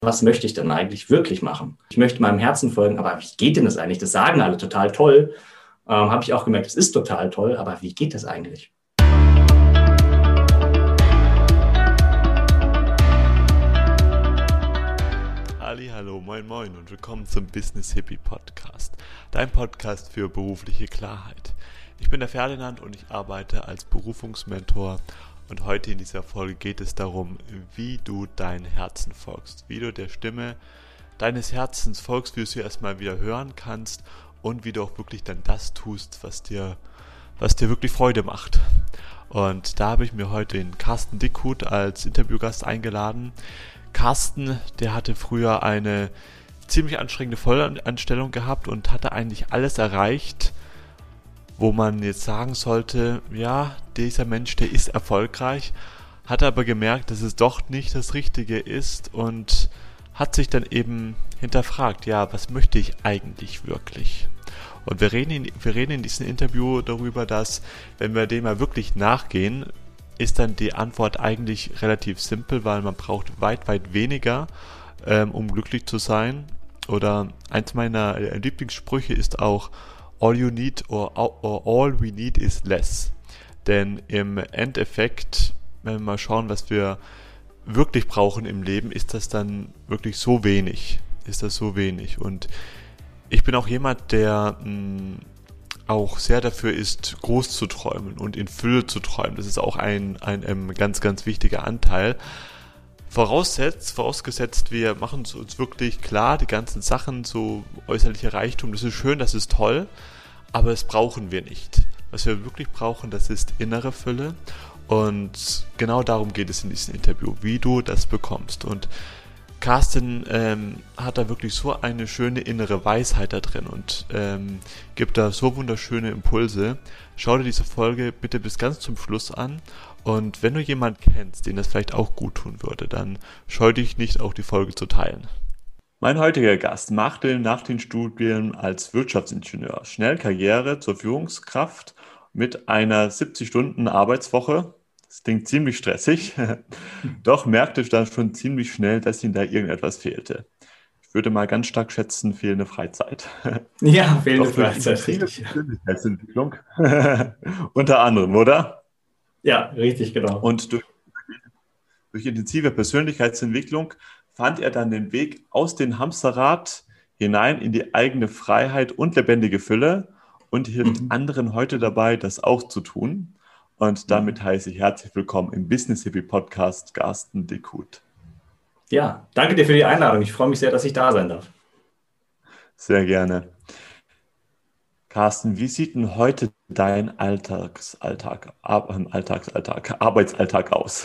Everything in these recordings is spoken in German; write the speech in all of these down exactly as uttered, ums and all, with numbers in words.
was möchte ich denn eigentlich wirklich machen? Ich möchte meinem Herzen folgen, aber wie geht denn das eigentlich? Das sagen alle total toll. Ähm, habe ich auch gemerkt, es ist total toll, aber wie geht das eigentlich? Ali, hallo, moin moin und willkommen zum Business Hippie Podcast, dein Podcast für berufliche Klarheit. Ich bin der Ferdinand und ich arbeite als Berufungsmentor und heute in dieser Folge geht es darum, wie du deinem Herzen folgst, wie du der Stimme deines Herzens folgst, wie du sie erstmal wieder hören kannst und wie du auch wirklich dann das tust, was dir, was dir wirklich Freude macht. Und da habe ich mir heute den Carsten Dickhut als Interviewgast eingeladen. Carsten, der hatte früher eine ziemlich anstrengende Vollanstellung gehabt und hatte eigentlich alles erreicht, wo man jetzt sagen sollte, ja, dieser Mensch, der ist erfolgreich, hat aber gemerkt, dass es doch nicht das Richtige ist und hat sich dann eben hinterfragt, ja, was möchte ich eigentlich wirklich? Und wir reden in, wir reden in diesem Interview darüber, dass, wenn wir dem mal wirklich nachgehen, ist dann die Antwort eigentlich relativ simpel, weil man braucht weit, weit weniger, ähm, um glücklich zu sein. Oder eins meiner Lieblingssprüche ist auch, all you need or, or all we need is less. Denn im Endeffekt, wenn wir mal schauen, was wir wirklich brauchen im Leben, ist das dann wirklich so wenig. Ist das so wenig. Und ich bin auch jemand, der mh, auch sehr dafür ist, groß zu träumen und in Fülle zu träumen. Das ist auch ein, ein, ein ganz, ganz wichtiger Anteil. Voraussetzt, vorausgesetzt, wir machen es uns wirklich klar, die ganzen Sachen, so äußerlicher Reichtum, das ist schön, das ist toll, aber das brauchen wir nicht. Was wir wirklich brauchen, das ist innere Fülle und genau darum geht es in diesem Interview, wie du das bekommst. Und Carsten ähm, hat da wirklich so eine schöne innere Weisheit da drin und ähm, gibt da so wunderschöne Impulse. Schau dir diese Folge bitte bis ganz zum Schluss an und wenn du jemanden kennst, den das vielleicht auch gut tun würde, dann scheu dich nicht, auch die Folge zu teilen. Mein heutiger Gast machte nach den Studien als Wirtschaftsingenieur schnell Karriere zur Führungskraft mit einer siebzig-Stunden-Arbeitswoche. Das klingt ziemlich stressig, doch merkte ich dann schon ziemlich schnell, dass ihm da irgendetwas fehlte. Ich würde mal ganz stark schätzen, fehlende Freizeit. Ja, fehlende Doch durch Freizeit, intensive richtig. Persönlichkeitsentwicklung, unter anderem, oder? Ja, richtig, genau. Und durch, durch intensive Persönlichkeitsentwicklung fand er dann den Weg aus dem Hamsterrad hinein in die eigene Freiheit und lebendige Fülle und hilft Mhm. anderen heute dabei, das auch zu tun. Und damit heiße ich herzlich willkommen im Business Hippie Podcast, Carsten Dickhut. Ja, danke dir für die Einladung. Ich freue mich sehr, dass ich da sein darf. Sehr gerne. Carsten, wie sieht denn heute dein Alltagsalltag, Ar- Alltagsalltag, Arbeitsalltag aus?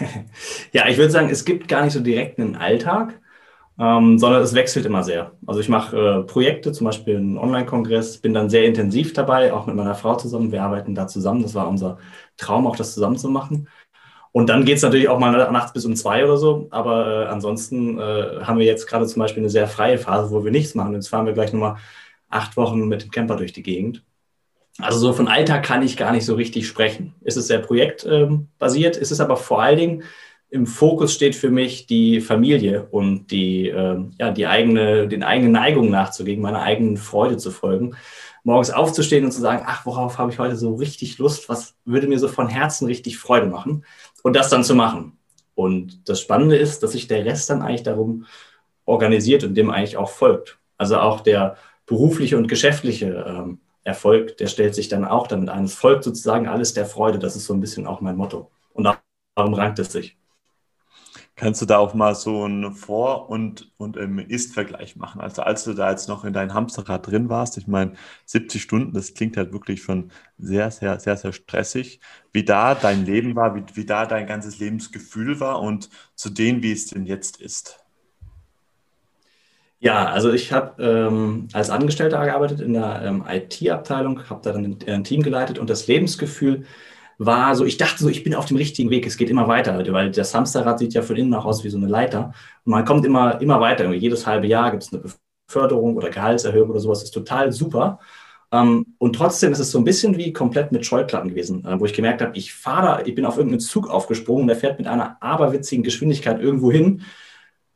Ja, ich würde sagen, es gibt gar nicht so direkt einen Alltag, ähm, sondern es wechselt immer sehr. Also ich mache äh, Projekte, zum Beispiel einen Online-Kongress, bin dann sehr intensiv dabei, auch mit meiner Frau zusammen. Wir arbeiten da zusammen. Das war unser Traum, auch das zusammen zu machen. Und dann geht es natürlich auch mal nachts bis um zwei oder so. Aber äh, ansonsten äh, haben wir jetzt gerade zum Beispiel eine sehr freie Phase, wo wir nichts machen. Jetzt fahren wir gleich nochmal acht Wochen mit dem Camper durch die Gegend. Also so von Alltag kann ich gar nicht so richtig sprechen. Es ist sehr projektbasiert, es ist aber vor allen Dingen im Fokus steht für mich die Familie und die, äh, ja, die eigene, den eigenen Neigungen nachzugehen, meiner eigenen Freude zu folgen. Morgens aufzustehen und zu sagen, ach, worauf habe ich heute so richtig Lust? Was würde mir so von Herzen richtig Freude machen? Und das dann zu machen. Und das Spannende ist, dass sich der Rest dann eigentlich darum organisiert und dem eigentlich auch folgt. Also auch der berufliche und geschäftliche ähm, Erfolg, der stellt sich dann auch damit ein. Es folgt sozusagen alles der Freude. Das ist so ein bisschen auch mein Motto. Und darum rankt es sich. Kannst du da auch mal so einen Vor- und, und ähm, Ist-Vergleich machen? Also als du da jetzt noch in deinem Hamsterrad drin warst, ich meine, siebzig Stunden, das klingt halt wirklich schon sehr, sehr, sehr, sehr stressig. Wie da dein Leben war, wie, wie da dein ganzes Lebensgefühl war und zu dem, wie es denn jetzt ist. Ja, also ich habe ähm, als Angestellter gearbeitet in der ähm, I T-Abteilung, habe da dann ein, ein Team geleitet und das Lebensgefühl war so, ich dachte so, ich bin auf dem richtigen Weg, es geht immer weiter, weil das Hamsterrad sieht ja von innen auch aus wie so eine Leiter und man kommt immer, immer weiter. Jedes halbe Jahr gibt es eine Beförderung oder Gehaltserhöhung oder sowas, ist total super. Ähm, und trotzdem ist es so ein bisschen wie komplett mit Scheuklappen gewesen, äh, wo ich gemerkt habe, ich fahre da, ich bin auf irgendeinen Zug aufgesprungen, der fährt mit einer aberwitzigen Geschwindigkeit irgendwo hin.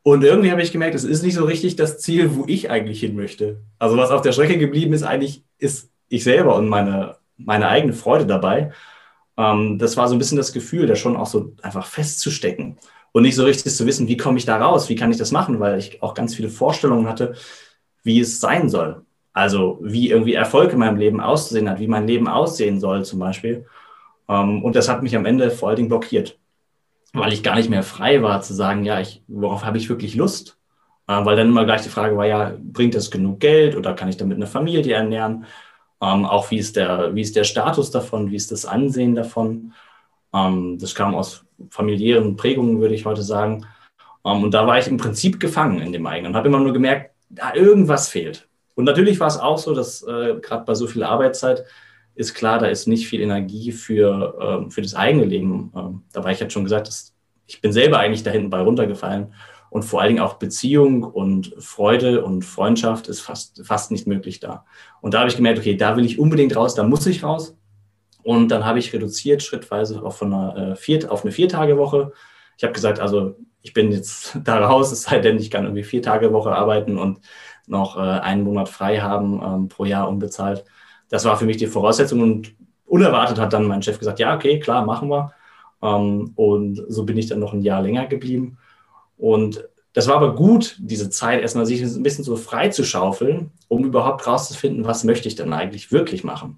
Und irgendwie habe ich gemerkt, es ist nicht so richtig das Ziel, wo ich eigentlich hin möchte. Also was auf der Strecke geblieben ist, eigentlich ist ich selber und meine, meine eigene Freude dabei. Ähm, das war so ein bisschen das Gefühl, da schon auch so einfach festzustecken und nicht so richtig zu wissen, wie komme ich da raus, wie kann ich das machen, weil ich auch ganz viele Vorstellungen hatte, wie es sein soll. Also wie irgendwie Erfolg in meinem Leben auszusehen hat, wie mein Leben aussehen soll zum Beispiel. Ähm, und das hat mich am Ende vor allen Dingen blockiert, weil ich gar nicht mehr frei war zu sagen, ja, ich, worauf habe ich wirklich Lust? Äh, weil dann immer gleich die Frage war, ja, bringt das genug Geld oder kann ich damit eine Familie ernähren? Ähm, auch wie ist der, wie ist der Status davon, wie ist das Ansehen davon? Ähm, das kam aus familiären Prägungen, würde ich heute sagen. Ähm, und da war ich im Prinzip gefangen in dem eigenen und habe immer nur gemerkt, da irgendwas fehlt. Und natürlich war es auch so, dass äh, gerade bei so viel Arbeitszeit ist klar, da ist nicht viel Energie für, ähm, für das eigene Leben. Ähm, da war ich jetzt schon gesagt, dass ich bin selber eigentlich da hinten bei runtergefallen. Und vor allen Dingen auch Beziehung und Freude und Freundschaft ist fast, fast nicht möglich da. Und da habe ich gemerkt, okay, da will ich unbedingt raus, da muss ich raus. Und dann habe ich reduziert schrittweise auf, von einer, äh, vier, auf eine Vier-Tage-Woche. Ich habe gesagt, also ich bin jetzt da raus, es sei denn, ich kann irgendwie vier Tage Woche arbeiten und noch äh, einen Monat frei haben ähm, pro Jahr unbezahlt. Das war für mich die Voraussetzung und unerwartet hat dann mein Chef gesagt, ja, okay, klar, machen wir. Ähm, und so bin ich dann noch ein Jahr länger geblieben. Und das war aber gut, diese Zeit erstmal sich ein bisschen so frei zu schaufeln, um überhaupt rauszufinden, was möchte ich denn eigentlich wirklich machen.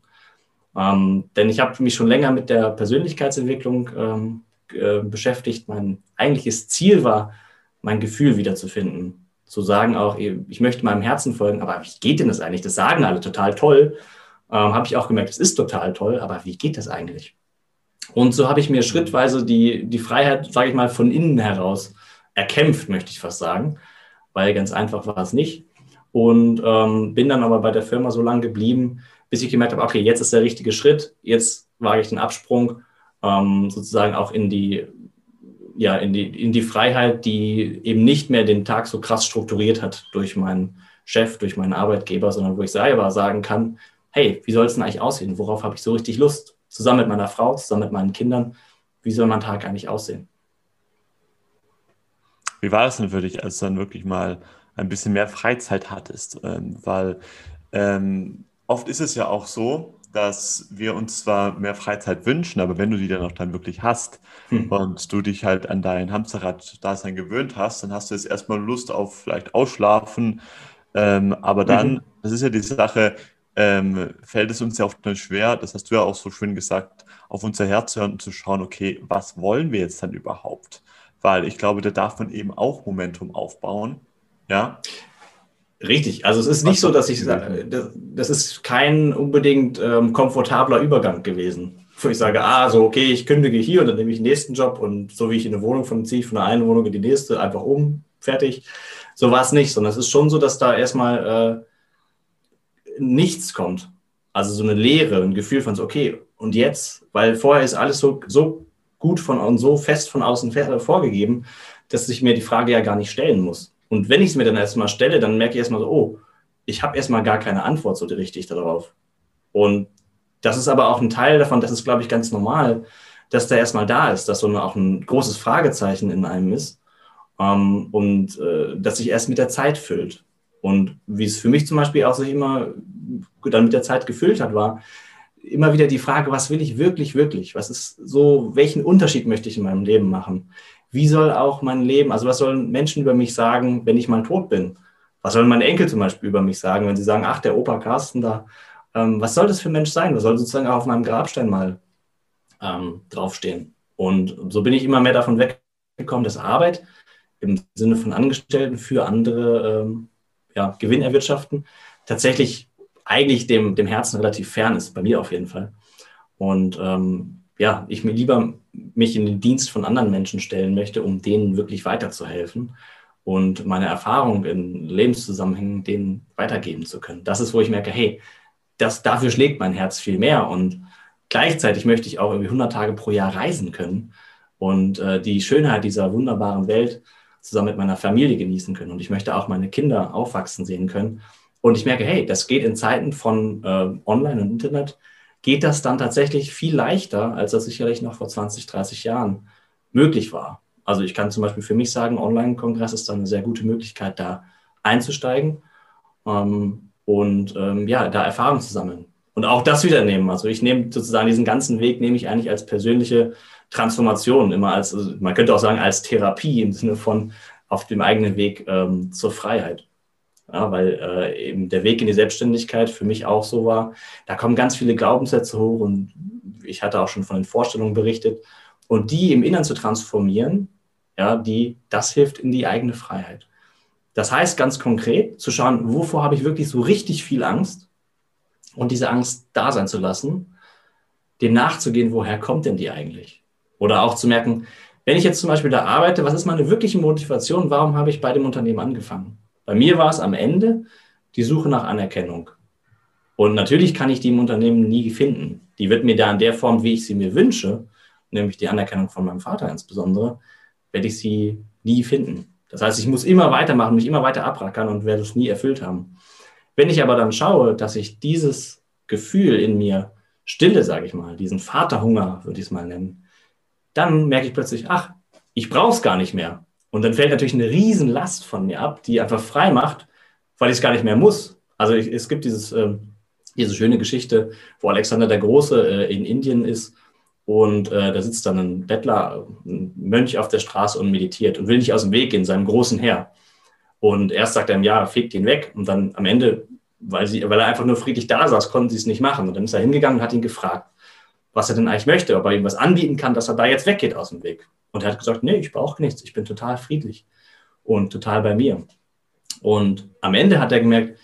Ähm, denn ich habe mich schon länger mit der Persönlichkeitsentwicklung ähm, äh, beschäftigt. Mein eigentliches Ziel war, mein Gefühl wiederzufinden. Zu sagen auch, ich möchte meinem Herzen folgen, aber wie geht denn das eigentlich? Das sagen alle total toll. Ähm, habe ich auch gemerkt, es ist total toll, aber wie geht das eigentlich? Und so habe ich mir schrittweise die, die Freiheit, sage ich mal, von innen heraus erkämpft, möchte ich fast sagen, weil ganz einfach war es nicht. Und ähm, bin dann aber bei der Firma so lange geblieben, bis ich gemerkt habe, okay, jetzt ist der richtige Schritt, jetzt wage ich den Absprung ähm, sozusagen auch in die, ja, in die, in die Freiheit, die eben nicht mehr den Tag so krass strukturiert hat durch meinen Chef, durch meinen Arbeitgeber, sondern wo ich selber sagen kann, hey, wie soll es denn eigentlich aussehen? Worauf habe ich so richtig Lust? Zusammen mit meiner Frau, zusammen mit meinen Kindern, wie soll mein Tag eigentlich aussehen? Wie war das denn für dich, als du dann wirklich mal ein bisschen mehr Freizeit hattest? Ähm, weil ähm, oft ist es ja auch so, dass wir uns zwar mehr Freizeit wünschen, aber wenn du die dann auch dann wirklich hast Hm. und du dich halt an dein Hamsterrad-Dasein gewöhnt hast, dann hast du jetzt erstmal Lust auf vielleicht Ausschlafen. Ähm, aber dann, Mhm. das ist ja die Sache, ähm, fällt es uns ja oft dann schwer, das hast du ja auch so schön gesagt, auf unser Herz zu hören und zu schauen, okay, was wollen wir jetzt dann überhaupt? Weil ich glaube, da darf man eben auch Momentum aufbauen. Ja, Richtig, also es ist nicht was so, war dass das ich, gewesen? das, das ist kein unbedingt ähm, komfortabler Übergang gewesen, wo ich sage, ah, so, okay, ich kündige hier und dann nehme ich den nächsten Job und so wie ich in eine Wohnung von ziehe, ich von der einen Wohnung in die nächste, einfach um, fertig. So war es nicht, sondern es ist schon so, dass da erstmal äh, nichts kommt. Also so eine Leere, ein Gefühl von so, okay, und jetzt? Weil vorher ist alles so, so gut von und so fest von außen vorgegeben, dass ich mir die Frage ja gar nicht stellen muss. Und wenn ich es mir dann erstmal stelle, dann merke ich erstmal so, oh, ich habe erstmal gar keine Antwort so richtig darauf. Und das ist aber auch ein Teil davon, das ist, glaube ich, ganz normal, dass der erstmal da ist, dass so eine, auch ein großes Fragezeichen in einem ist ähm, und äh, das sich erst mit der Zeit füllt. Und wie es für mich zum Beispiel auch sich immer dann mit der Zeit gefüllt hat, war immer wieder die Frage, was will ich wirklich, wirklich? Was ist so, welchen Unterschied möchte ich in meinem Leben machen? Wie soll auch mein Leben, also was sollen Menschen über mich sagen, wenn ich mal tot bin? Was sollen meine Enkel zum Beispiel über mich sagen, wenn sie sagen, ach, der Opa Carsten da, ähm, was soll das für ein Mensch sein? Was soll sozusagen auch auf meinem Grabstein mal ähm, draufstehen? Und so bin ich immer mehr davon weggekommen, dass Arbeit im Sinne von Angestellten für andere ähm, ja, Gewinn erwirtschaften tatsächlich eigentlich dem, dem Herzen relativ fern ist, bei mir auf jeden Fall. Und ähm, ja, ich mir lieber mich in den Dienst von anderen Menschen stellen möchte, um denen wirklich weiterzuhelfen und meine Erfahrung in Lebenszusammenhängen denen weitergeben zu können. Das ist, wo ich merke, hey, das, dafür schlägt mein Herz viel mehr und gleichzeitig möchte ich auch irgendwie hundert Tage pro Jahr reisen können und äh, die Schönheit dieser wunderbaren Welt zusammen mit meiner Familie genießen können. Und ich möchte auch meine Kinder aufwachsen sehen können. Und ich merke, hey, das geht in Zeiten von äh, Online und Internet, geht das dann tatsächlich viel leichter, als das sicherlich noch vor zwanzig, dreißig Jahren möglich war. Also ich kann zum Beispiel für mich sagen, Online-Kongress ist dann eine sehr gute Möglichkeit, da einzusteigen ähm, und ähm, ja, da Erfahrung zu sammeln. Und auch das wieder nehmen. Also ich nehme sozusagen diesen ganzen Weg, nehme ich eigentlich als persönliche Transformation, immer als, also man könnte auch sagen, als Therapie im Sinne von auf dem eigenen Weg ähm, zur Freiheit. Ja, weil äh, eben der Weg in die Selbstständigkeit für mich auch so war. Da kommen ganz viele Glaubenssätze hoch und ich hatte auch schon von den Vorstellungen berichtet. Und die im Inneren zu transformieren, ja, die, das hilft in die eigene Freiheit. Das heißt ganz konkret zu schauen, wovor habe ich wirklich so richtig viel Angst und diese Angst da sein zu lassen, dem nachzugehen, woher kommt denn die eigentlich? Oder auch zu merken, wenn ich jetzt zum Beispiel da arbeite, was ist meine wirkliche Motivation? Warum habe ich bei dem Unternehmen angefangen? Bei mir war es am Ende die Suche nach Anerkennung. Und natürlich kann ich die im Unternehmen nie finden. Die wird mir da in der Form, wie ich sie mir wünsche, nämlich die Anerkennung von meinem Vater insbesondere, werde ich sie nie finden. Das heißt, ich muss immer weitermachen, mich immer weiter abrackern und werde es nie erfüllt haben. Wenn ich aber dann schaue, dass ich dieses Gefühl in mir stille, sage ich mal, diesen Vaterhunger, würde ich es mal nennen, dann merke ich plötzlich, ach, ich brauche es gar nicht mehr. Und dann fällt natürlich eine riesen Last von mir ab, die einfach frei macht, weil ich es gar nicht mehr muss. Also ich, es gibt dieses, äh, diese schöne Geschichte, wo Alexander der Große äh, in Indien ist und äh, da sitzt dann ein Bettler, ein Mönch auf der Straße und meditiert und will nicht aus dem Weg gehen, seinem großen Heer. Und erst sagt er ihm, ja, fegt ihn weg. Und dann am Ende, weil, sie, weil er einfach nur friedlich da saß, konnten sie es nicht machen. Und dann ist er hingegangen und hat ihn gefragt, was er denn eigentlich möchte, ob er ihm was anbieten kann, dass er da jetzt weggeht aus dem Weg. Und er hat gesagt, nee, ich brauche nichts, ich bin total friedlich und total bei mir. Und am Ende hat er gemerkt,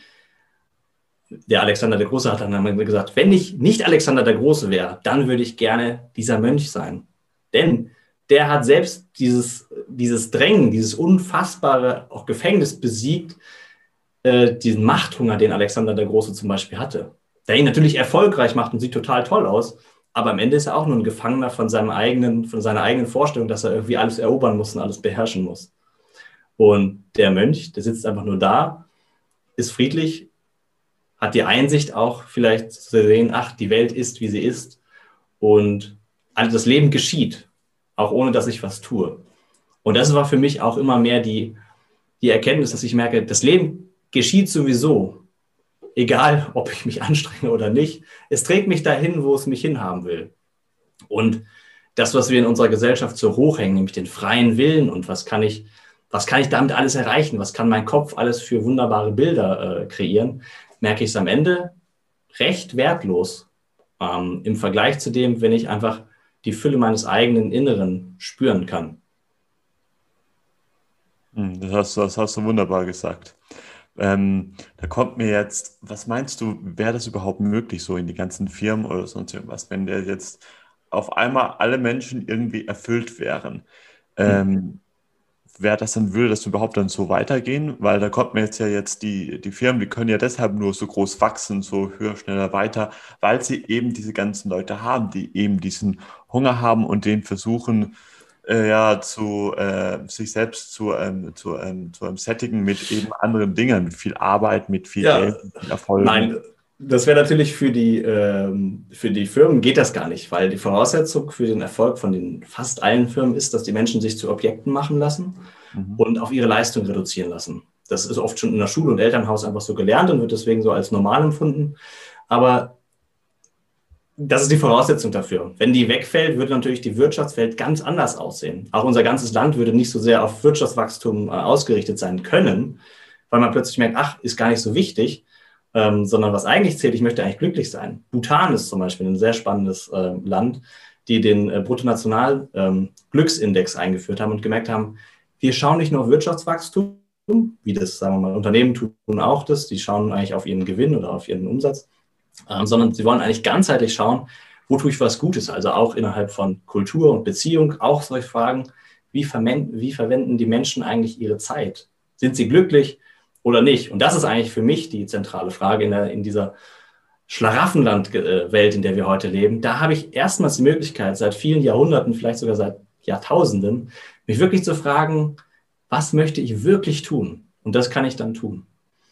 der Alexander der Große hat dann gesagt, wenn ich nicht Alexander der Große wäre, dann würde ich gerne dieser Mönch sein. Denn der hat selbst dieses, dieses Drängen, dieses unfassbare auch Gefängnis besiegt, äh, diesen Machthunger, den Alexander der Große zum Beispiel hatte. Der ihn natürlich erfolgreich macht und sieht total toll aus, aber am Ende ist er auch nur ein Gefangener von, seinem eigenen, von seiner eigenen Vorstellung, dass er irgendwie alles erobern muss und alles beherrschen muss. Und der Mönch, der sitzt einfach nur da, ist friedlich, hat die Einsicht auch vielleicht zu sehen, ach, die Welt ist, wie sie ist und das Leben geschieht, auch ohne, dass ich was tue. Und das war für mich auch immer mehr die, die Erkenntnis, dass ich merke, das Leben geschieht sowieso, egal ob ich mich anstrenge oder nicht. Es trägt mich dahin, wo es mich hinhaben will. Und das, was wir in unserer Gesellschaft so hochhängen, nämlich den freien Willen und was kann ich, was kann ich damit alles erreichen, was kann mein Kopf alles für wunderbare Bilder äh, kreieren, merke ich es am Ende recht wertlos ähm, im Vergleich zu dem, wenn ich einfach die Fülle meines eigenen Inneren spüren kann. Das hast, das hast du wunderbar gesagt. Ähm, da kommt mir jetzt, was meinst du, wäre das überhaupt möglich, so in die ganzen Firmen oder sonst irgendwas, wenn der jetzt auf einmal alle Menschen irgendwie erfüllt wären? Ähm, wäre das dann, würde das überhaupt dann so weitergehen? Weil da kommt mir jetzt ja jetzt die, die Firmen, die können ja deshalb nur so groß wachsen, so höher, schneller, weiter, weil sie eben diese ganzen Leute haben, die eben diesen Hunger haben und den versuchen, äh, ja, zu äh, sich selbst zu, ähm, zu, ähm, zu einem Setting mit eben anderen Dingen, mit viel Arbeit, mit viel Ja, Geld, mit viel Erfolg. nein, das wäre natürlich für die, ähm, für die Firmen geht das gar nicht, weil die Voraussetzung für den Erfolg von den fast allen Firmen ist, dass die Menschen sich zu Objekten machen lassen Mhm. und auf ihre Leistung reduzieren lassen. Das ist oft schon in der Schule und Elternhaus einfach so gelernt und wird deswegen so als normal empfunden. Aber das ist die Voraussetzung dafür. Wenn die wegfällt, würde natürlich die Wirtschaftswelt ganz anders aussehen. Auch unser ganzes Land würde nicht so sehr auf Wirtschaftswachstum äh, ausgerichtet sein können, weil man plötzlich merkt, ach, ist gar nicht so wichtig, ähm, sondern was eigentlich zählt, ich möchte eigentlich glücklich sein. Bhutan ist zum Beispiel ein sehr spannendes äh, Land, die den äh, Bruttonational-Glücksindex ähm, eingeführt haben und gemerkt haben, wir schauen nicht nur auf Wirtschaftswachstum, wie das, sagen wir mal, Unternehmen tun auch das, die schauen eigentlich auf ihren Gewinn oder auf ihren Umsatz, ähm, sondern sie wollen eigentlich ganzheitlich schauen, wo tue ich was Gutes, also auch innerhalb von Kultur und Beziehung, auch solche Fragen, wie, vermen- wie verwenden die Menschen eigentlich ihre Zeit? Sind sie glücklich oder nicht? Und das ist eigentlich für mich die zentrale Frage in, der, in dieser Schlaraffenland-Welt, in der wir heute leben. Da habe ich erstmals die Möglichkeit, seit vielen Jahrhunderten, vielleicht sogar seit Jahrtausenden, mich wirklich zu fragen, was möchte ich wirklich tun? Und das kann ich dann tun.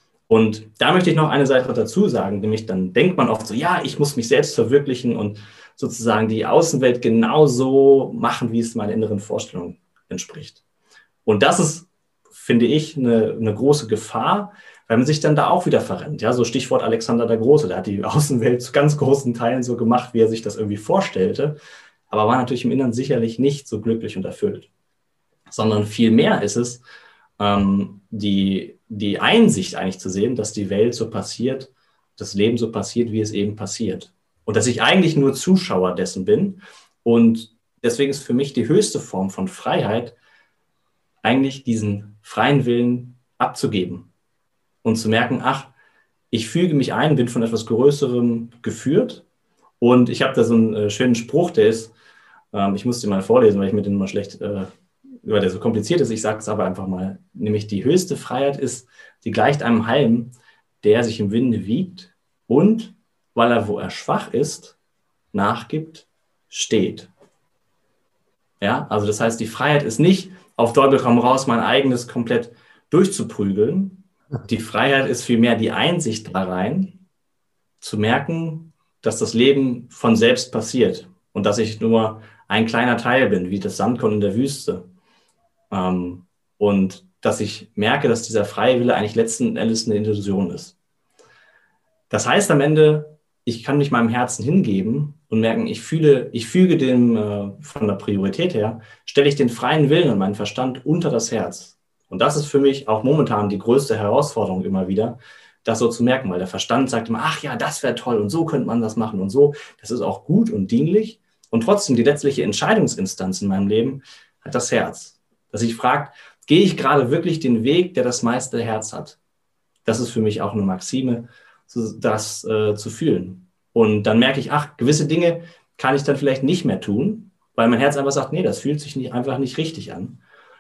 Und da möchte ich noch eine Sache dazu sagen, nämlich dann denkt man oft so, ja, ich muss mich selbst verwirklichen und sozusagen die Außenwelt genauso machen, wie es meine inneren Vorstellungen entspricht. Und das ist, finde ich, eine, eine große Gefahr, weil man sich dann da auch wieder verrennt. Ja, so Stichwort Alexander der Große, der hat die Außenwelt zu ganz großen Teilen so gemacht, wie er sich das irgendwie vorstellte, aber war natürlich im Inneren sicherlich nicht so glücklich und erfüllt. Sondern vielmehr ist es, ähm, die, die Einsicht eigentlich zu sehen, dass die Welt so passiert, das Leben so passiert, wie es eben passiert. Und dass ich eigentlich nur Zuschauer dessen bin. Und deswegen ist für mich die höchste Form von Freiheit, eigentlich diesen freien Willen abzugeben und zu merken, ach, ich füge mich ein, bin von etwas Größerem geführt. Und ich habe da so einen äh, schönen Spruch, der ist, ähm, ich muss den mal vorlesen, weil ich mit dem mal schlecht, äh, weil der so kompliziert ist, ich sage es aber einfach mal, nämlich die höchste Freiheit ist, die gleicht einem Halm, der sich im Winde wiegt und, weil er, wo er schwach ist, nachgibt, steht. Ja, also das heißt, die Freiheit ist nicht, auf Teufel komm raus, mein eigenes komplett durchzuprügeln. Die Freiheit ist vielmehr die Einsicht da rein, zu merken, dass das Leben von selbst passiert und dass ich nur ein kleiner Teil bin, wie das Sandkorn in der Wüste. Ähm, und dass ich merke, dass dieser freie Wille eigentlich letzten Endes eine Illusion ist. Das heißt am Ende, ich kann mich meinem Herzen hingeben und merken, ich fühle, ich füge dem äh, von der Priorität her, stelle ich den freien Willen und meinen Verstand unter das Herz. Und das ist für mich auch momentan die größte Herausforderung immer wieder, das so zu merken, weil der Verstand sagt immer, ach ja, das wäre toll und so könnte man das machen und so. Das ist auch gut und dienlich. Und trotzdem die letztliche Entscheidungsinstanz in meinem Leben hat das Herz. Dass ich frage, gehe ich gerade wirklich den Weg, der das meiste Herz hat? Das ist für mich auch eine Maxime, das äh, zu fühlen. Und dann merke ich, ach, gewisse Dinge kann ich dann vielleicht nicht mehr tun, weil mein Herz einfach sagt, nee, das fühlt sich nicht, einfach nicht richtig an.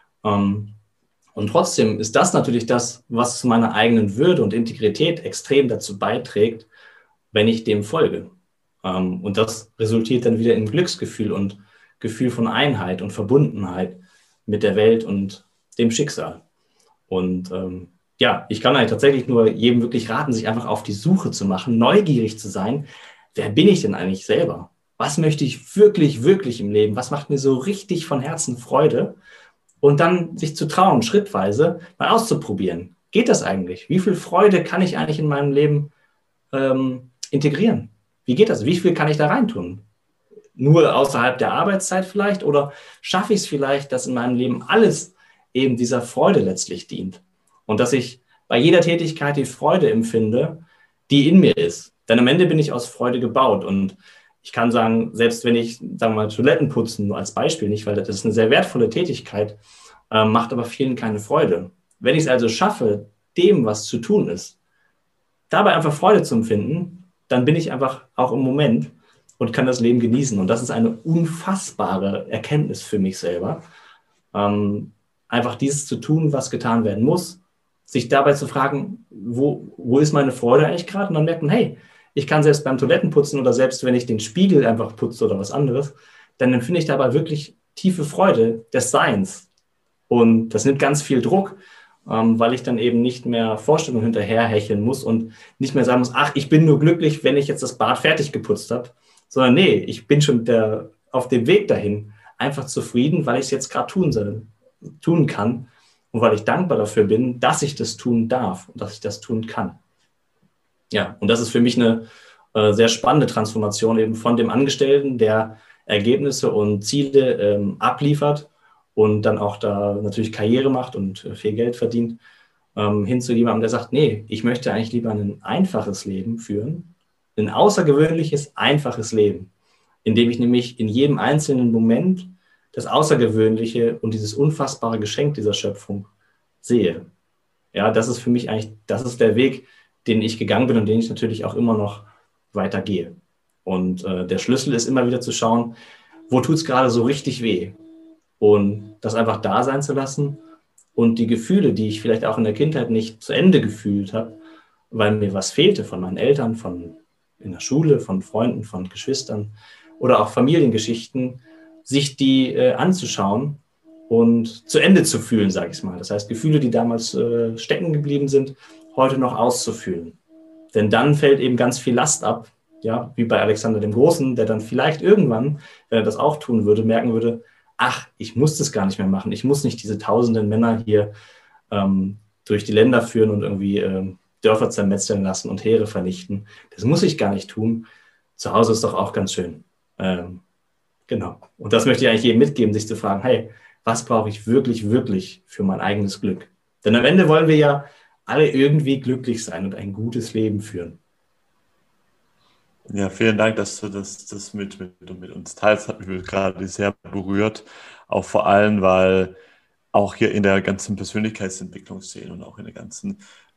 Ähm, und trotzdem ist das natürlich das, was zu meiner eigenen Würde und Integrität extrem dazu beiträgt, wenn ich dem folge. Ähm, und das resultiert dann wieder in Glücksgefühl und Gefühl von Einheit und Verbundenheit mit der Welt und dem Schicksal. Und ähm, ja, ich kann eigentlich tatsächlich nur jedem wirklich raten, sich einfach auf die Suche zu machen, neugierig zu sein. Wer bin ich denn eigentlich selber? Was möchte ich wirklich, wirklich im Leben? Was macht mir so richtig von Herzen Freude? Und dann sich zu trauen, schrittweise mal auszuprobieren. Geht das eigentlich? Wie viel Freude kann ich eigentlich in meinem Leben ähm, integrieren? Wie geht das? Wie viel kann ich da reintun? Nur außerhalb der Arbeitszeit vielleicht? Oder schaffe ich es vielleicht, dass in meinem Leben alles eben dieser Freude letztlich dient? Und dass ich bei jeder Tätigkeit die Freude empfinde, die in mir ist. Denn am Ende bin ich aus Freude gebaut. Und ich kann sagen, selbst wenn ich, sagen wir mal, Toiletten putzen, nur als Beispiel nicht, weil das ist eine sehr wertvolle Tätigkeit, äh, macht aber vielen keine Freude. Wenn ich es also schaffe, dem, was zu tun ist, dabei einfach Freude zu empfinden, dann bin ich einfach auch im Moment und kann das Leben genießen. Und das ist eine unfassbare Erkenntnis für mich selber. Ähm, einfach dieses zu tun, was getan werden muss, sich dabei zu fragen, wo, wo ist meine Freude eigentlich gerade? Und dann merkt man, hey, ich kann selbst beim Toilettenputzen oder selbst wenn ich den Spiegel einfach putze oder was anderes, dann empfinde ich dabei wirklich tiefe Freude des Seins. Und das nimmt ganz viel Druck, ähm, weil ich dann eben nicht mehr Vorstellungen hinterherhecheln muss und nicht mehr sagen muss, ach, ich bin nur glücklich, wenn ich jetzt das Bad fertig geputzt habe, sondern nee, ich bin schon der, auf dem Weg dahin, einfach zufrieden, weil ich es jetzt gerade tun soll, tun kann und weil ich dankbar dafür bin, dass ich das tun darf und dass ich das tun kann. Ja, und das ist für mich eine äh, sehr spannende Transformation eben von dem Angestellten, der Ergebnisse und Ziele ähm, abliefert und dann auch da natürlich Karriere macht und äh, viel Geld verdient, ähm, hin zu jemandem, der sagt, nee, ich möchte eigentlich lieber ein einfaches Leben führen, ein außergewöhnliches, einfaches Leben, in dem ich nämlich in jedem einzelnen Moment das Außergewöhnliche und dieses unfassbare Geschenk dieser Schöpfung sehe. Ja, das ist für mich eigentlich, das ist der Weg, den ich gegangen bin und den ich natürlich auch immer noch weitergehe. Und äh, der Schlüssel ist immer wieder zu schauen, wo tut es gerade so richtig weh? Und das einfach da sein zu lassen und die Gefühle, die ich vielleicht auch in der Kindheit nicht zu Ende gefühlt habe, weil mir was fehlte von meinen Eltern, von in der Schule, von Freunden, von Geschwistern oder auch Familiengeschichten, sich die äh, anzuschauen und zu Ende zu fühlen, sage ich mal. Das heißt, Gefühle, die damals äh, stecken geblieben sind, heute noch auszufühlen. Denn dann fällt eben ganz viel Last ab, ja, wie bei Alexander dem Großen, der dann vielleicht irgendwann, wenn er das auch tun würde, merken würde, ach, ich muss das gar nicht mehr machen. Ich muss nicht diese tausenden Männer hier ähm, durch die Länder führen und irgendwie ähm, Dörfer zermetzeln lassen und Heere vernichten. Das muss ich gar nicht tun. Zu Hause ist doch auch ganz schön. Ähm, genau. Und das möchte ich eigentlich jedem mitgeben, sich zu fragen, hey, was brauche ich wirklich, wirklich für mein eigenes Glück? Denn am Ende wollen wir ja alle irgendwie glücklich sein und ein gutes Leben führen. Ja, vielen Dank, dass du das, das mit, mit, mit uns teilst. Hat mich gerade sehr berührt. Auch vor allem, weil auch hier in der ganzen Persönlichkeitsentwicklungsszene und auch in der ganzen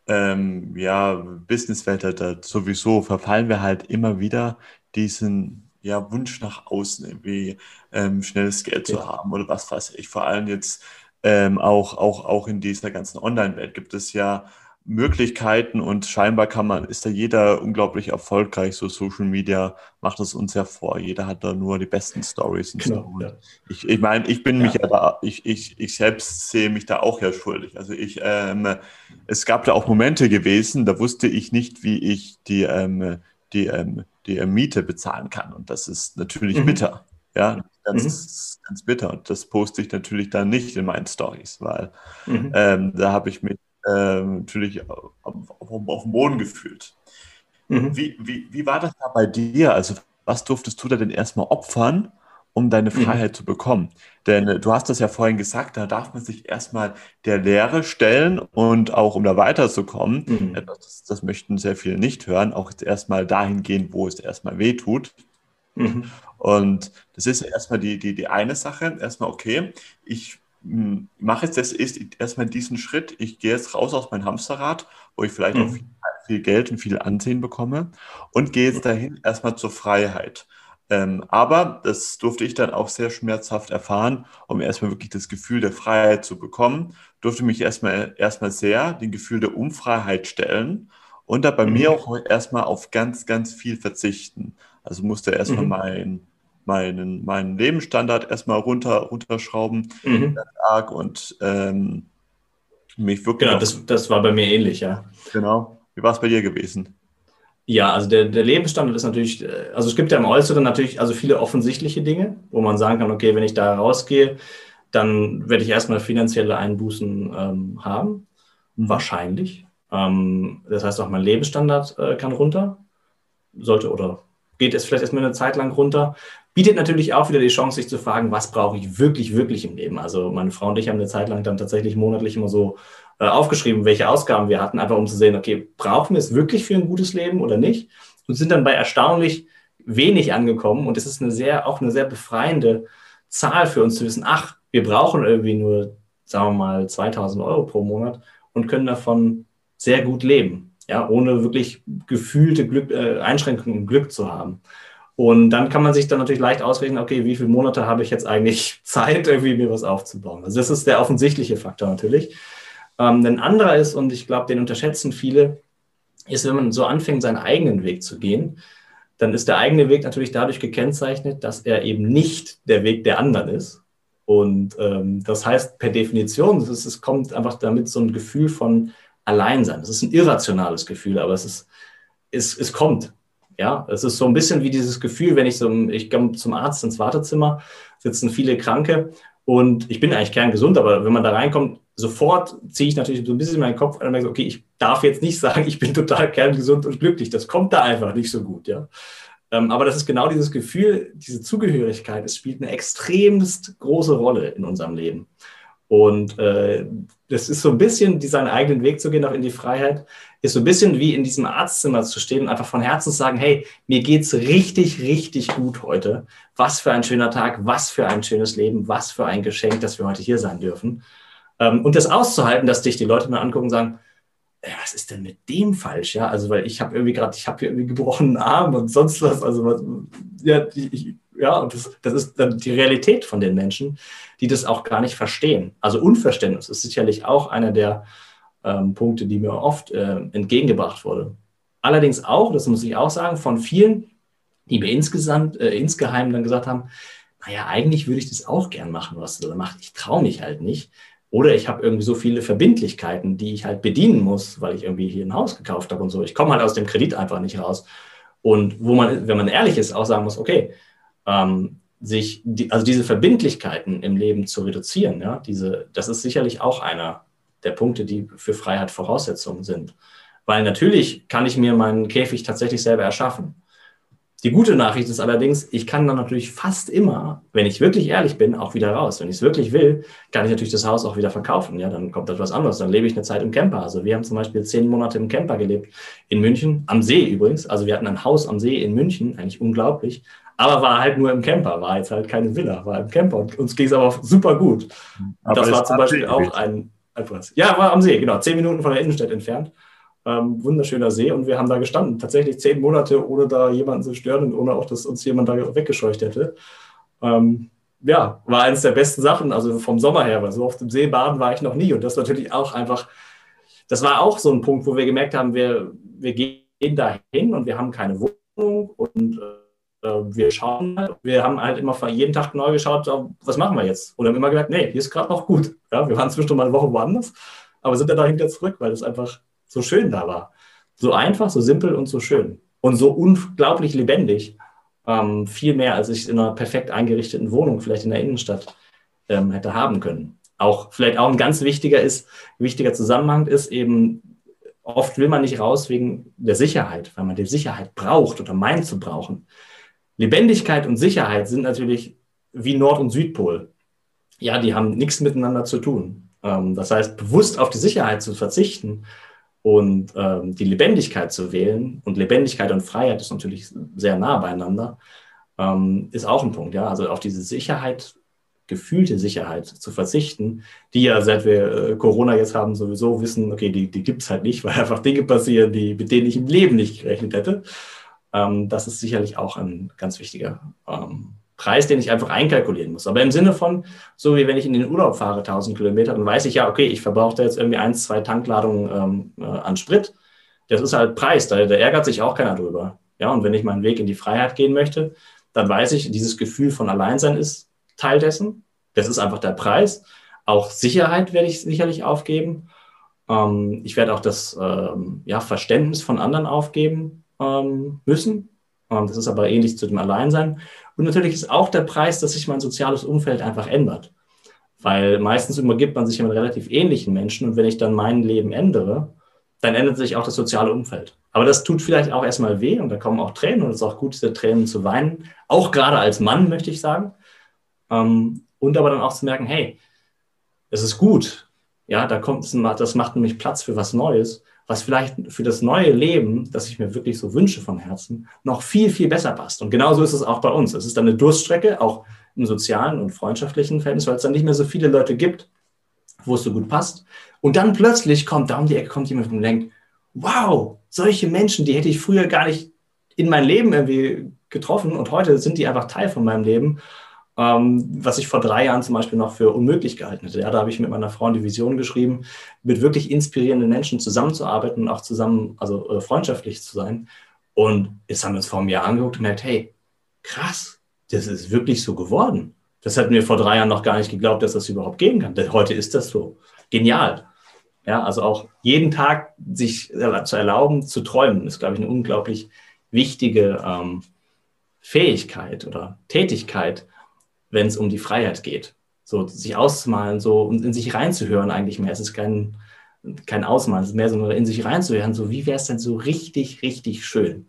ähm, ja, Businesswelt, da, da sowieso verfallen wir halt immer wieder diesen ja, Wunsch nach außen, irgendwie ähm, schnelles Geld zu haben oder was weiß ich. Vor allem jetzt ähm, auch, auch, auch in dieser ganzen Online-Welt gibt es ja Möglichkeiten und scheinbar kann man, ist da jeder unglaublich erfolgreich, so Social Media macht es uns ja vor. Jeder hat da nur die besten Stories und so. Genau, Und ja. ich, ich meine, ich bin mich Ja. aber, ich, ich, ich selbst sehe mich da auch ja schuldig. Also ich, ähm, es gab da auch Momente gewesen, da wusste ich nicht, wie ich die, ähm, die, ähm, die äh, Miete bezahlen kann. Und das ist natürlich Mhm. bitter. Ja, das Mhm. ist ganz bitter. Und das poste ich natürlich dann nicht in meinen Stories, weil Mhm. ähm, da habe ich mich ähm, natürlich auf, auf, auf dem Boden gefühlt. Mhm. Wie, wie, wie war das da bei dir? Also, was durftest du da denn erstmal opfern, um deine Mhm. Freiheit zu bekommen? Denn äh, du hast das ja vorhin gesagt, da darf man sich erstmal der Lehre stellen und auch, um da weiterzukommen, Mhm. etwas, das, das möchten sehr viele nicht hören, auch jetzt erstmal dahin gehen, wo es erstmal weh tut. Mhm. Und das ist ja erstmal die, die, die eine Sache. Erstmal, okay, ich mh, mache jetzt das ist erstmal diesen Schritt. Ich gehe jetzt raus aus meinem Hamsterrad, wo ich vielleicht auch viel, Mhm. viel Geld und viel Ansehen bekomme und gehe jetzt dahin erstmal zur Freiheit. Ähm, aber das durfte ich dann auch sehr schmerzhaft erfahren, um erstmal wirklich das Gefühl der Freiheit zu bekommen, durfte mich erstmal, erstmal sehr dem Gefühl der Unfreiheit stellen und da bei mir Mhm. auch erstmal auf ganz, ganz viel verzichten. Also musste erstmal Mhm. mein, meinen, meinen Lebensstandard erstmal runter, runterschrauben, Mhm. arg und ähm, mich wirklich Genau, auf, das, das war bei mir ähnlich, ja. genau, wie war es bei dir gewesen? Ja, also der, der Lebensstandard ist natürlich, äh, also es gibt ja im Äußeren natürlich also viele offensichtliche Dinge, wo man sagen kann, okay, wenn ich da rausgehe, dann werde ich erstmal finanzielle Einbußen ähm, haben, Mhm. wahrscheinlich. Ähm, das heißt auch mein Lebensstandard äh, kann runter, sollte oder geht es vielleicht erstmal eine Zeit lang runter. Bietet natürlich auch wieder die Chance, sich zu fragen, was brauche ich wirklich, wirklich im Leben. Also meine Frau und ich haben eine Zeit lang dann tatsächlich monatlich immer so äh, aufgeschrieben, welche Ausgaben wir hatten, einfach um zu sehen, okay, brauchen wir es wirklich für ein gutes Leben oder nicht? Und sind dann bei erstaunlich wenig angekommen. Und es ist eine sehr, auch eine sehr befreiende Zahl für uns zu wissen, ach, wir brauchen irgendwie nur, sagen wir mal, zweitausend Euro pro Monat und können davon sehr gut leben, ja, ohne wirklich gefühlte Glück, äh, Einschränkungen im Glück zu haben. Und dann kann man sich dann natürlich leicht ausrechnen, okay, wie viele Monate habe ich jetzt eigentlich Zeit, irgendwie mir was aufzubauen. Also das ist der offensichtliche Faktor natürlich. Ähm, ein anderer ist, und ich glaube, den unterschätzen viele, ist, wenn man so anfängt, seinen eigenen Weg zu gehen, dann ist der eigene Weg natürlich dadurch gekennzeichnet, dass er eben nicht der Weg der anderen ist. Und ähm, das heißt per Definition, es, ist, es kommt einfach damit so ein Gefühl von Alleinsein. Es ist ein irrationales Gefühl, aber es ist, es, es kommt. Ja, es ist so ein bisschen wie dieses Gefühl, wenn ich so, ich komme zum Arzt ins Wartezimmer, sitzen viele Kranke und ich bin eigentlich kerngesund, aber wenn man da reinkommt, sofort ziehe ich natürlich so ein bisschen meinen Kopf an und merke, okay, ich darf jetzt nicht sagen, ich bin total kerngesund und glücklich. Das kommt da einfach nicht so gut, ja. Ähm, aber das ist genau dieses Gefühl, diese Zugehörigkeit, es spielt eine extremst große Rolle in unserem Leben. Und äh, das ist so ein bisschen, seinen eigenen Weg zu gehen, auch in die Freiheit, ist so ein bisschen wie in diesem Arztzimmer zu stehen und einfach von Herzen zu sagen, hey, mir geht's richtig, richtig gut heute. Was für ein schöner Tag, was für ein schönes Leben, was für ein Geschenk, dass wir heute hier sein dürfen. Ähm, und das auszuhalten, dass dich die Leute dann angucken und sagen, was ist denn mit dem falsch? Ja, also weil ich habe irgendwie gerade, ich habe hier irgendwie gebrochenen Arm und sonst was. Also was, ja, ich, ja, und das, das ist dann die Realität von den Menschen, die das auch gar nicht verstehen. Also Unverständnis ist sicherlich auch einer der ähm, Punkte, die mir oft äh, entgegengebracht wurde. Allerdings auch, das muss ich auch sagen, von vielen, die mir insgesamt, äh, insgeheim dann gesagt haben, naja, eigentlich würde ich das auch gern machen, was du da machst. Ich traue mich halt nicht. Oder ich habe irgendwie so viele Verbindlichkeiten, die ich halt bedienen muss, weil ich irgendwie hier ein Haus gekauft habe und so. Ich komme halt aus dem Kredit einfach nicht raus. Und wo man, wenn man ehrlich ist, auch sagen muss, okay, ähm, sich, die, also diese Verbindlichkeiten im Leben zu reduzieren, ja, diese, das ist sicherlich auch einer der Punkte, die für Freiheit Voraussetzungen sind. Weil natürlich kann ich mir meinen Käfig tatsächlich selber erschaffen. Die gute Nachricht ist allerdings, ich kann dann natürlich fast immer, wenn ich wirklich ehrlich bin, auch wieder raus. Wenn ich es wirklich will, kann ich natürlich das Haus auch wieder verkaufen. Ja, dann kommt etwas anderes. Dann lebe ich eine Zeit im Camper. Also wir haben zum Beispiel zehn Monate im Camper gelebt, in München, am See übrigens. Also wir hatten ein Haus am See in München, eigentlich unglaublich. Aber war halt nur im Camper, war jetzt halt keine Villa, war im Camper. Und uns ging es aber super gut. Aber das war zum Beispiel auch ein, ein Preis. Ja, war am See, genau, zehn Minuten von der Innenstadt entfernt. Ähm, wunderschöner See und wir haben da gestanden, tatsächlich zehn Monate, ohne da jemanden zu stören und ohne auch, dass uns jemand da weggescheucht hätte. Ähm, ja, war eines der besten Sachen, also vom Sommer her, weil so auf dem See baden war ich noch nie und das natürlich auch einfach, das war auch so ein Punkt, wo wir gemerkt haben, wir, wir gehen da hin und wir haben keine Wohnung und äh, wir schauen halt, wir haben halt immer jeden Tag neu geschaut, was machen wir jetzt? Und haben immer gesagt, nee, hier ist gerade noch gut. Ja, wir waren zwischendurch mal eine Woche woanders, aber sind dann dahinter zurück, weil das einfach so schön da war. So einfach, so simpel und so schön. Und so unglaublich lebendig. Ähm, viel mehr, als ich in einer perfekt eingerichteten Wohnung, vielleicht in der Innenstadt, ähm, hätte haben können. Auch vielleicht auch ein ganz wichtiger ist, wichtiger Zusammenhang ist eben, oft will man nicht raus wegen der Sicherheit, weil man die Sicherheit braucht oder meint zu brauchen. Lebendigkeit und Sicherheit sind natürlich wie Nord- und Südpol. Ja, die haben nichts miteinander zu tun. Ähm, das heißt, bewusst auf die Sicherheit zu verzichten und ähm, die Lebendigkeit zu wählen, und Lebendigkeit und Freiheit ist natürlich sehr nah beieinander, ähm, ist auch ein Punkt. Ja? Also auf diese Sicherheit, gefühlte Sicherheit zu verzichten, die ja, seit wir äh, Corona jetzt haben, sowieso wissen, okay, die, die gibt es halt nicht, weil einfach Dinge passieren, die, mit denen ich im Leben nicht gerechnet hätte. Ähm, das ist sicherlich auch ein ganz wichtiger ähm, Preis, den ich einfach einkalkulieren muss. Aber im Sinne von, so wie wenn ich in den Urlaub fahre, tausend Kilometer, dann weiß ich ja, okay, ich verbrauche da jetzt irgendwie ein, zwei Tankladungen ähm, äh, an Sprit. Das ist halt Preis, da, da ärgert sich auch keiner drüber. Ja, und wenn ich meinen Weg in die Freiheit gehen möchte, dann weiß ich, dieses Gefühl von Alleinsein ist Teil dessen. Das ist einfach der Preis. Auch Sicherheit werde ich sicherlich aufgeben. Ähm, ich werde auch das ähm, ja, Verständnis von anderen aufgeben ähm, müssen. Ähm, das ist aber ähnlich zu dem Alleinsein. Und natürlich ist auch der Preis, dass sich mein soziales Umfeld einfach ändert. Weil meistens übergibt man sich ja mit relativ ähnlichen Menschen und wenn ich dann mein Leben ändere, dann ändert sich auch das soziale Umfeld. Aber das tut vielleicht auch erstmal weh und da kommen auch Tränen und es ist auch gut, diese Tränen zu weinen. Auch gerade als Mann, möchte ich sagen. Und aber dann auch zu merken, hey, es ist gut. Ja, da kommt, das macht nämlich Platz für was Neues, was vielleicht für das neue Leben, das ich mir wirklich so wünsche von Herzen, noch viel, viel besser passt. Und genauso ist es auch bei uns. Es ist dann eine Durststrecke, auch im sozialen und freundschaftlichen Verhältnis, weil es dann nicht mehr so viele Leute gibt, wo es so gut passt. Und dann plötzlich kommt, da um die Ecke kommt jemand und denkt, wow, solche Menschen, die hätte ich früher gar nicht in mein Leben irgendwie getroffen und heute sind die einfach Teil von meinem Leben. Ähm, was ich vor drei Jahren zum Beispiel noch für unmöglich gehalten hätte. Ja, da habe ich mit meiner Frau die Vision geschrieben, mit wirklich inspirierenden Menschen zusammenzuarbeiten und auch zusammen, also äh, freundschaftlich zu sein. Und jetzt haben wir uns vor einem Jahr angeguckt und gemerkt, hey, krass, das ist wirklich so geworden. Das hatten wir vor drei Jahren noch gar nicht geglaubt, dass das überhaupt gehen kann. Heute ist das so. Genial. Ja, also auch jeden Tag sich zu erlauben, zu träumen, ist, glaube ich, eine unglaublich wichtige ähm, Fähigkeit oder Tätigkeit, wenn es um die Freiheit geht. So sich auszumalen, so und in sich reinzuhören eigentlich mehr. Es ist kein, kein Ausmalen, es ist mehr so in sich reinzuhören, so wie wäre es denn so richtig, richtig schön.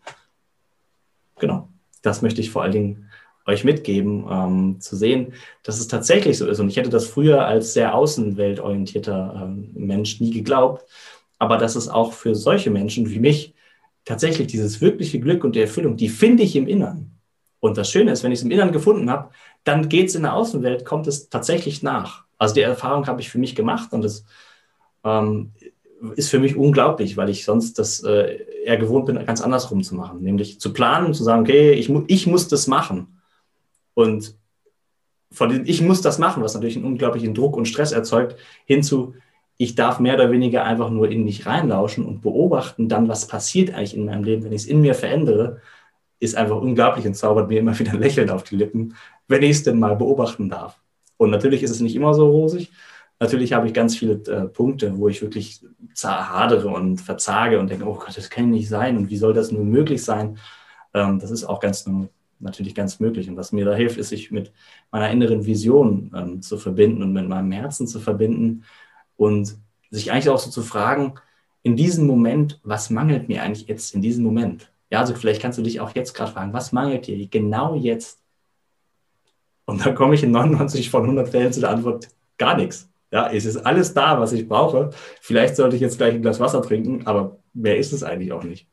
Genau, das möchte ich vor allen Dingen euch mitgeben, ähm, zu sehen, dass es tatsächlich so ist. Und ich hätte das früher als sehr außenweltorientierter ähm, Mensch nie geglaubt, aber dass es auch für solche Menschen wie mich tatsächlich dieses wirkliche Glück und die Erfüllung, die finde ich im Inneren. Und das Schöne ist, wenn ich es im Inneren gefunden habe, dann geht es in der Außenwelt, kommt es tatsächlich nach. Also die Erfahrung habe ich für mich gemacht und das ähm, ist für mich unglaublich, weil ich sonst das äh, eher gewohnt bin, ganz andersrum zu machen. Nämlich zu planen, zu sagen, okay, ich, mu- ich muss das machen. Und von dem ich muss das machen, was natürlich einen unglaublichen Druck und Stress erzeugt, hinzu, ich darf mehr oder weniger einfach nur in mich reinlauschen und beobachten dann, was passiert eigentlich in meinem Leben, wenn ich es in mir verändere, ist einfach unglaublich und zaubert mir immer wieder ein Lächeln auf die Lippen, wenn ich es denn mal beobachten darf. Und natürlich ist es nicht immer so rosig. Natürlich habe ich ganz viele äh, Punkte, wo ich wirklich hadere und verzage und denke, oh Gott, das kann nicht sein und wie soll das nur möglich sein? Ähm, das ist auch ganz, natürlich ganz möglich. Und was mir da hilft, ist, sich mit meiner inneren Vision ähm, zu verbinden und mit meinem Herzen zu verbinden und sich eigentlich auch so zu fragen, in diesem Moment, was mangelt mir eigentlich jetzt in diesem Moment? Ja, also vielleicht kannst du dich auch jetzt gerade fragen, was mangelt dir genau jetzt? Und dann komme ich in neunundneunzig von hundert Fällen zu der Antwort, gar nichts. Ja, es ist alles da, was ich brauche. Vielleicht sollte ich jetzt gleich ein Glas Wasser trinken, aber mehr ist es eigentlich auch nicht.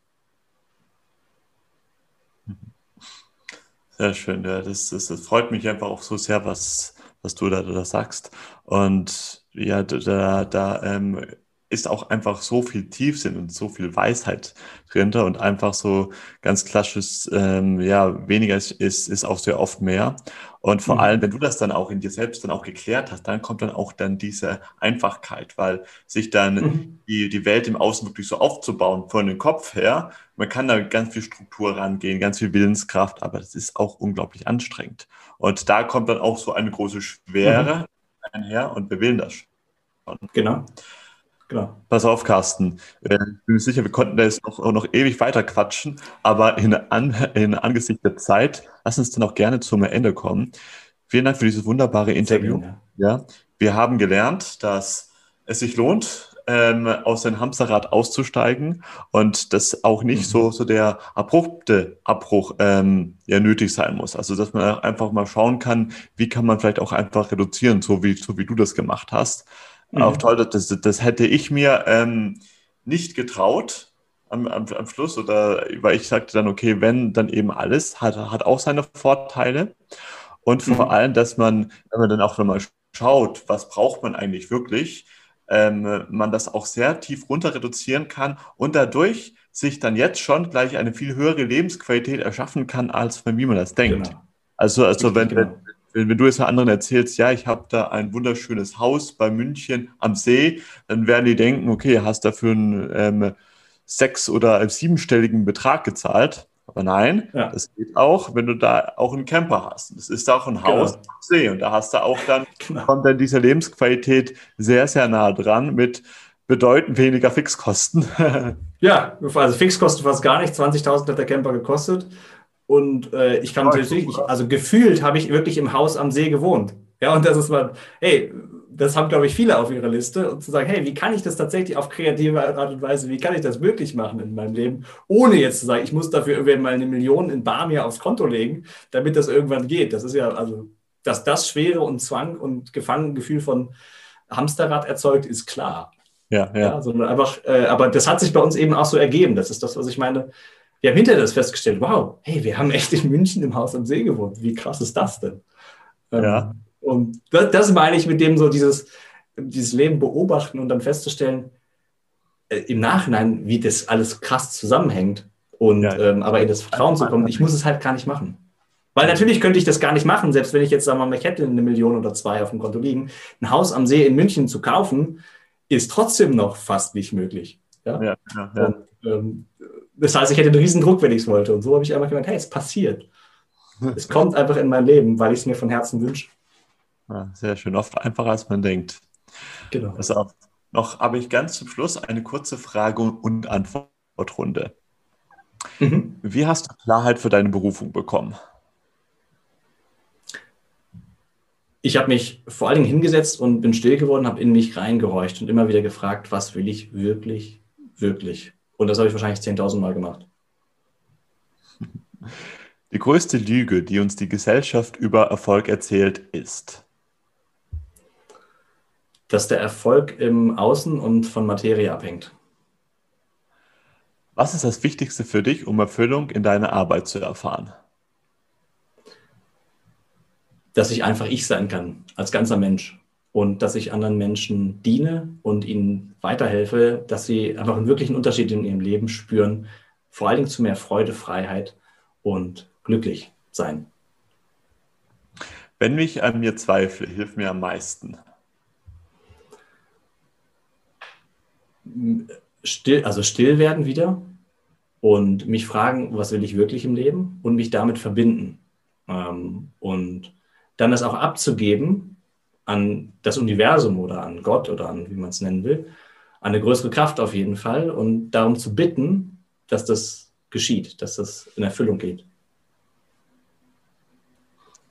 Sehr schön, ja, das, das, das freut mich einfach auch so sehr, was, was du da, da sagst. Und ja, da, da ähm, ist auch einfach so viel Tiefsinn und so viel Weisheit drin und einfach so ganz klassisches, ähm, ja, weniger ist, ist, ist auch sehr oft mehr. Und vor allem, Mhm. wenn du das dann auch in dir selbst dann auch geklärt hast, dann kommt dann auch dann diese Einfachkeit, weil sich dann Mhm. die, die Welt im Außen wirklich so aufzubauen von dem Kopf her, man kann da ganz viel Struktur rangehen, ganz viel Willenskraft, aber das ist auch unglaublich anstrengend. Und da kommt dann auch so eine große Mhm. Schwere einher und wir wählen das schon. Genau, genau. Pass auf, Carsten. Äh, Ich bin mir sicher, wir konnten da jetzt noch, auch noch ewig weiter quatschen, aber in, an, in Angesicht der Zeit, lass uns dann auch gerne zum Ende kommen. Vielen Dank für dieses wunderbare Sehr Interview. gerne. Ja, wir haben gelernt, dass es sich lohnt, ähm, aus dem Hamsterrad auszusteigen und dass auch nicht so, Mhm. so der abrupte Abbruch ähm, ja, nötig sein muss. Also, dass man einfach mal schauen kann, wie kann man vielleicht auch einfach reduzieren, so wie, so wie du das gemacht hast. Auch Mhm. toll, das, das hätte ich mir ähm, nicht getraut am, am, am Schluss, oder weil ich sagte dann, okay, wenn, dann eben alles, hat, hat auch seine Vorteile. Und vor Mhm. allem, dass man, wenn man dann auch nochmal schaut, was braucht man eigentlich wirklich, ähm, man das auch sehr tief runter reduzieren kann und dadurch sich dann jetzt schon gleich eine viel höhere Lebensqualität erschaffen kann, als wie man das denkt. Genau. Also, also Richtig, wenn, wenn, genau. wenn wenn du jetzt anderen erzählst, ja, ich habe da ein wunderschönes Haus bei München am See, dann werden die denken, okay, hast dafür einen ähm, sechs- oder siebenstelligen Betrag gezahlt. Aber nein, Ja, das geht auch, wenn du da auch einen Camper hast. Das ist auch ein Haus genau. am See und da hast du auch dann, Genau. kommt dann diese Lebensqualität sehr, sehr nah dran mit bedeutend weniger Fixkosten. Ja, also Fixkosten fast gar nicht. zwanzigtausend hat der Camper gekostet. Und äh, ich kann Ja, ich guck, natürlich, ich, oder? also gefühlt habe ich wirklich im Haus am See gewohnt. Ja, und das ist mal, hey, das haben, glaube ich, viele auf ihrer Liste. Und zu sagen, hey, wie kann ich das tatsächlich auf kreative Art und Weise, wie kann ich das möglich machen in meinem Leben, ohne jetzt zu sagen, ich muss dafür irgendwann mal eine Million in Bar mir aufs Konto legen, damit das irgendwann geht. Das ist ja, also, dass das Schwere und Zwang und Gefangengefühl von Hamsterrad erzeugt, ist klar. Ja, Ja, ja. sondern einfach, äh, aber das hat sich bei uns eben auch so ergeben. Das ist das, was ich meine. Wir haben hinterher das festgestellt, wow, hey, wir haben echt in München im Haus am See gewohnt. Wie krass ist das denn? Ja, Ähm, und das, das meine ich mit dem so dieses, dieses Leben beobachten und dann festzustellen, äh, im Nachhinein, wie das alles krass zusammenhängt. Und ja. ähm, aber in das Vertrauen zu kommen, ich muss es halt gar nicht machen. Weil Mhm. natürlich könnte ich das gar nicht machen, selbst wenn ich jetzt, sagen wir mal, ich hätte eine Million oder zwei auf dem Konto liegen. Ein Haus am See in München zu kaufen, ist trotzdem noch fast nicht möglich. Ja? Ja, ja, Und ja. ähm, das heißt, ich hätte einen riesen Druck, wenn ich es wollte. Und so habe ich einfach gemeint, hey, es passiert. Es kommt einfach in mein Leben, weil ich es mir von Herzen wünsche. Ja, sehr schön. Oft einfacher, als man denkt. Genau. Pass auf. Noch habe ich ganz zum Schluss eine kurze Frage- und Antwortrunde. Mhm. Wie hast du Klarheit für deine Berufung bekommen? Ich habe mich vor allen Dingen hingesetzt und bin still geworden, habe in mich reingehorcht und immer wieder gefragt, was will ich wirklich, wirklich? Und das habe ich wahrscheinlich zehntausend Mal gemacht. Die größte Lüge, die uns die Gesellschaft über Erfolg erzählt, ist. Dass der Erfolg im Außen und von Materie abhängt. Was ist das Wichtigste für dich, um Erfüllung in deiner Arbeit zu erfahren? Dass ich einfach ich sein kann, als ganzer Mensch. Und dass ich anderen Menschen diene und ihnen weiterhelfe, dass sie einfach einen wirklichen Unterschied in ihrem Leben spüren, vor allen Dingen zu mehr Freude, Freiheit und glücklich sein. Wenn ich an mir zweifle, hilft mir am meisten. Still, also still werden wieder und mich fragen, was will ich wirklich im Leben und mich damit verbinden. Ähm, und dann das auch abzugeben an das Universum oder an Gott oder an, wie man es nennen will, an eine größere Kraft auf jeden Fall und darum zu bitten, dass das geschieht, dass das in Erfüllung geht.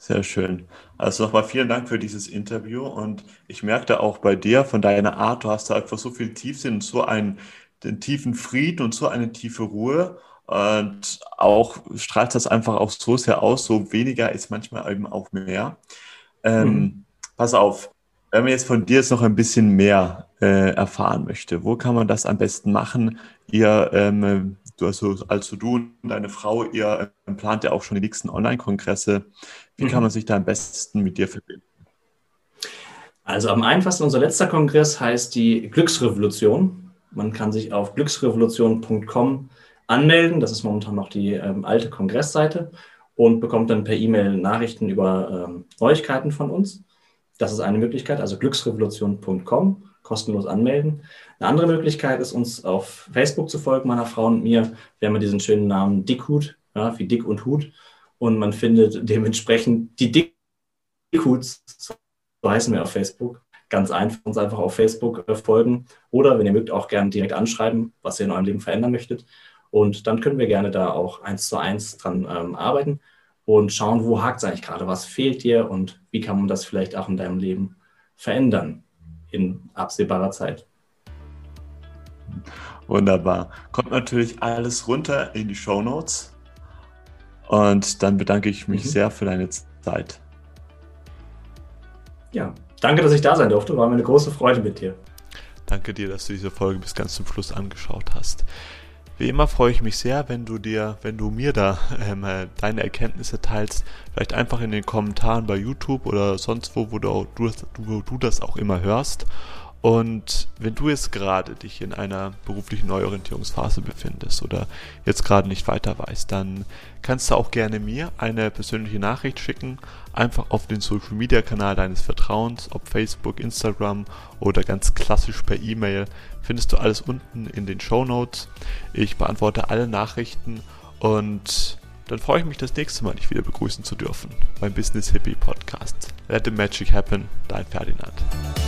Sehr schön. Also nochmal vielen Dank für dieses Interview und ich merkte auch bei dir von deiner Art, du hast da einfach so viel Tiefsinn und so einen den tiefen Frieden und so eine tiefe Ruhe und auch strahlt das einfach auch so sehr aus, so weniger ist manchmal eben auch mehr. Mhm. Ähm, pass auf, wenn man jetzt von dir jetzt noch ein bisschen mehr äh, erfahren möchte, wo kann man das am besten machen? Ihr, ähm, du, also, also du und deine Frau, ihr ähm, plant ja auch schon die nächsten Online-Kongresse. Wie kann man Mhm. sich da am besten mit dir verbinden? Also am einfachsten, unser letzter Kongress heißt die Glücksrevolution. Man kann sich auf glücksrevolution punkt com anmelden. Das ist momentan noch die ähm, alte Kongressseite und bekommt dann per E-Mail Nachrichten über ähm, Neuigkeiten von uns. Das ist eine Möglichkeit, also glücksrevolution punkt com, kostenlos anmelden. Eine andere Möglichkeit ist, uns auf Facebook zu folgen, meiner Frau und mir. Wir haben ja diesen schönen Namen Dickhut, ja, wie Dick und Hut. Und man findet dementsprechend die Dickhuts, so heißen wir auf Facebook. Ganz einfach, uns einfach auf Facebook äh, folgen. Oder wenn ihr mögt, auch gerne direkt anschreiben, was ihr in eurem Leben verändern möchtet. Und dann können wir gerne da auch eins zu eins dran ähm, arbeiten und schauen, wo hakt es eigentlich gerade, was fehlt dir und wie kann man das vielleicht auch in deinem Leben verändern in absehbarer Zeit. Wunderbar. Kommt natürlich alles runter in die Shownotes und dann bedanke ich mich Mhm. sehr für deine Zeit. Ja, danke, dass ich da sein durfte. War mir eine große Freude mit dir. Danke dir, dass du diese Folge bis ganz zum Schluss angeschaut hast. Wie immer freue ich mich sehr, wenn du dir, wenn du mir da ähm, deine Erkenntnisse teilst, vielleicht einfach in den Kommentaren bei YouTube oder sonst wo, wo du, du, wo du das auch immer hörst. Und wenn du jetzt gerade dich in einer beruflichen Neuorientierungsphase befindest oder jetzt gerade nicht weiter weißt, dann kannst du auch gerne mir eine persönliche Nachricht schicken, einfach auf den Social Media Kanal deines Vertrauens, ob Facebook, Instagram oder ganz klassisch per E-Mail, findest du alles unten in den Shownotes. Ich beantworte alle Nachrichten und dann freue ich mich, das nächste Mal dich wieder begrüßen zu dürfen beim Business Hippie Podcast. Let the Magic Happen, dein Ferdinand.